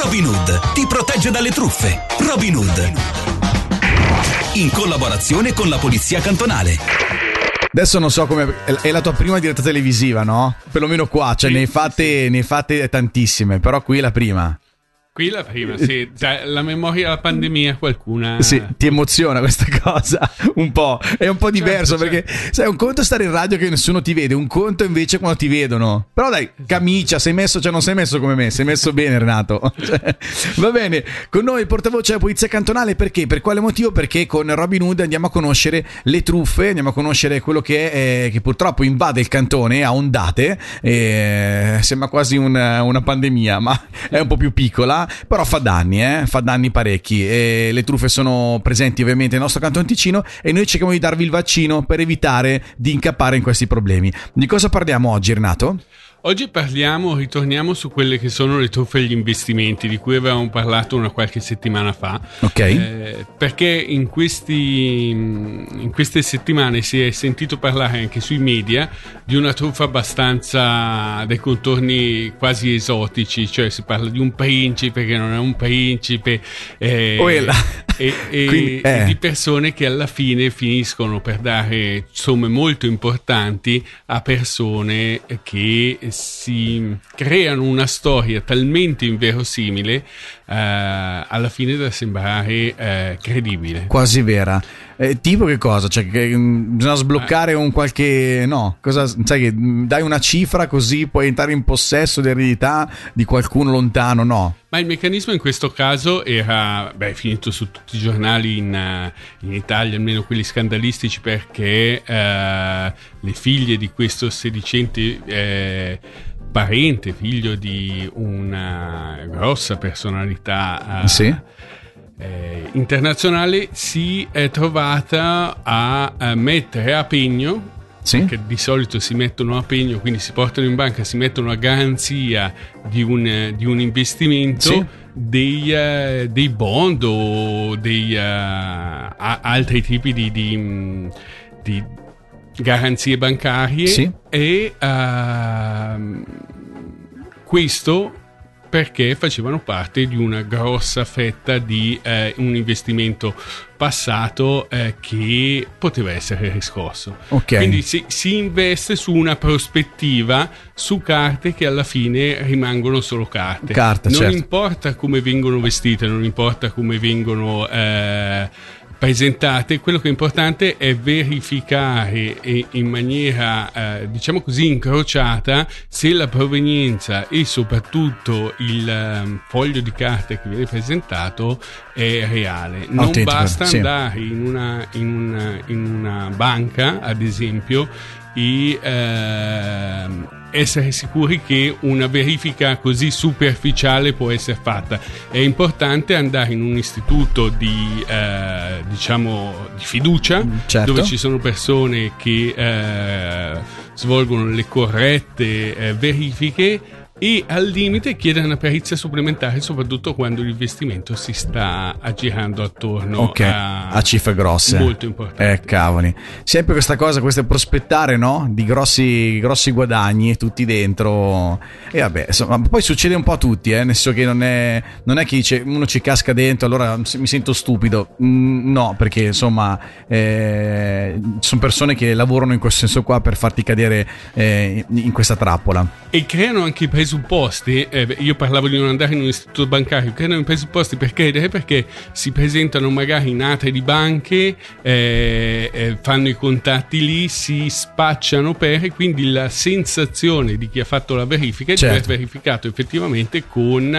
Robin Hood ti protegge dalle truffe. Robin Hood, in collaborazione con la Polizia Cantonale. Adesso non so come è la tua prima diretta televisiva, no? Perlomeno qua, cioè ne hai fatte tantissime, però qui è la prima. Qui la prima, sì. La memoria della pandemia qualcuna... Sì, ti emoziona questa cosa un po'. È un po' diverso, certo. Perché sai, un conto è stare in radio che nessuno ti vede, un conto invece quando ti vedono. Però dai, camicia, non sei messo come me, sei messo bene, Renato. Cioè, va bene, con noi il portavoce della Polizia Cantonale, perché? Per quale motivo? Perché con Robin Hood andiamo a conoscere le truffe, andiamo a conoscere quello che purtroppo invade il cantone a ondate, sembra quasi una pandemia, ma è un po' più piccola. Però fa danni parecchi, e le truffe sono presenti ovviamente nel nostro Canton Ticino, e noi cerchiamo di darvi il vaccino per evitare di incappare in questi problemi. Di cosa parliamo oggi, Renato? Oggi ritorniamo su quelle che sono le truffe agli investimenti, di cui avevamo parlato una qualche settimana fa. Ok. Perché in queste settimane si è sentito parlare anche sui media di una truffa abbastanza dai contorni quasi esotici, cioè si parla di un principe che non è un principe, e di persone che alla fine finiscono per dare somme molto importanti a persone che si creano una storia talmente inverosimile alla fine da sembrare credibile, quasi vera. Tipo che cosa? Cioè che bisogna sbloccare un qualche... No, cosa? Sai che dai una cifra così puoi entrare in possesso dell'eredità di qualcuno lontano, no? Ma il meccanismo in questo caso era finito su tutti i giornali in Italia, almeno quelli scandalistici, perché le figlie di questo sedicente parente, figlio di una grossa personalità internazionale, si è trovata a mettere a pegno, perché di solito si mettono a pegno, quindi si portano in banca, si mettono a garanzia di un investimento, dei bond o altri tipi di garanzie bancarie, e questo perché facevano parte di una grossa fetta di un investimento passato che poteva essere riscosso. Quindi si investe su una prospettiva, su carte che alla fine rimangono solo carte. Non importa come vengono vestite, non importa come vengono presentate, quello che è importante è verificare in maniera diciamo così incrociata se la provenienza e soprattutto il foglio di carta che viene presentato è reale. Non basta andare in una banca, ad esempio, e essere sicuri che una verifica così superficiale può essere fatta. È importante andare in un istituto di fiducia, dove ci sono persone che svolgono le corrette verifiche, e al limite chiedere una perizia supplementare, soprattutto quando l'investimento si sta aggirando attorno a cifre grosse, molto importanti. Cavoli, sempre questa cosa, questo prospettare, no? Di grossi guadagni, tutti dentro, e vabbè, insomma, poi succede un po' a tutti, nel senso che non è che dice uno ci casca dentro allora mi sento stupido, no, perché insomma sono persone che lavorano in questo senso qua per farti cadere in questa trappola, e creano anche i presupposti. Io parlavo di non andare in un istituto bancario, creano i presupposti per credere, perché si presentano magari in atre di banche, fanno i contatti lì, si spacciano e quindi la sensazione di chi ha fatto la verifica è di aver verificato effettivamente con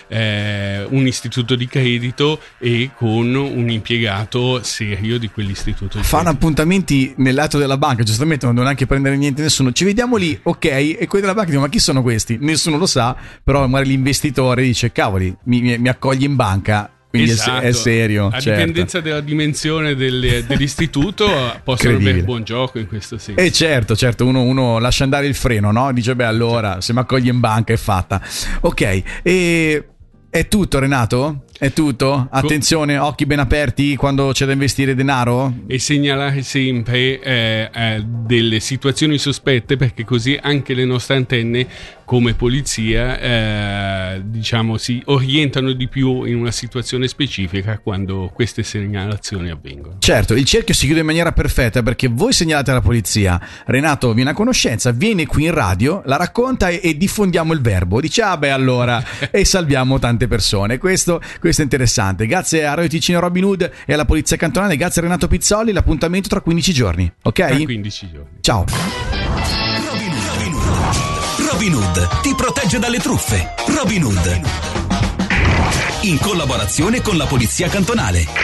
un istituto di credito e con un impiegato serio di quell'istituto. Fanno appuntamenti nell'atto della banca, giustamente non devono neanche prendere niente nessuno, ci vediamo lì, ok, e quelli della banca dicono: ma chi sono questi? Nessuno lo sa, però magari l'investitore dice: cavoli, mi accogli in banca, quindi è serio. A dipendenza della dimensione dell'istituto possono avere buon gioco in questo senso. Certo, uno lascia andare il freno, no? Dice: beh, allora se mi accogli in banca è fatta. Ok, e è tutto, Renato? È tutto? Attenzione, occhi ben aperti quando c'è da investire denaro? E segnalare sempre delle situazioni sospette, perché così anche le nostre antenne come polizia diciamo si orientano di più in una situazione specifica quando queste segnalazioni avvengono. Certo, il cerchio si chiude in maniera perfetta perché voi segnalate alla polizia, Renato viene a conoscenza, viene qui in radio, la racconta e diffondiamo il verbo, dice allora e salviamo tante persone. Questo è interessante. Grazie a Radio Ticino Robin Hood e alla Polizia Cantonale, grazie a Renato Pizzoli, l'appuntamento tra 15 giorni, ok? Tra 15 giorni. Ciao. Robin Hood ti protegge dalle truffe. Robin Hood, in collaborazione con la Polizia Cantonale.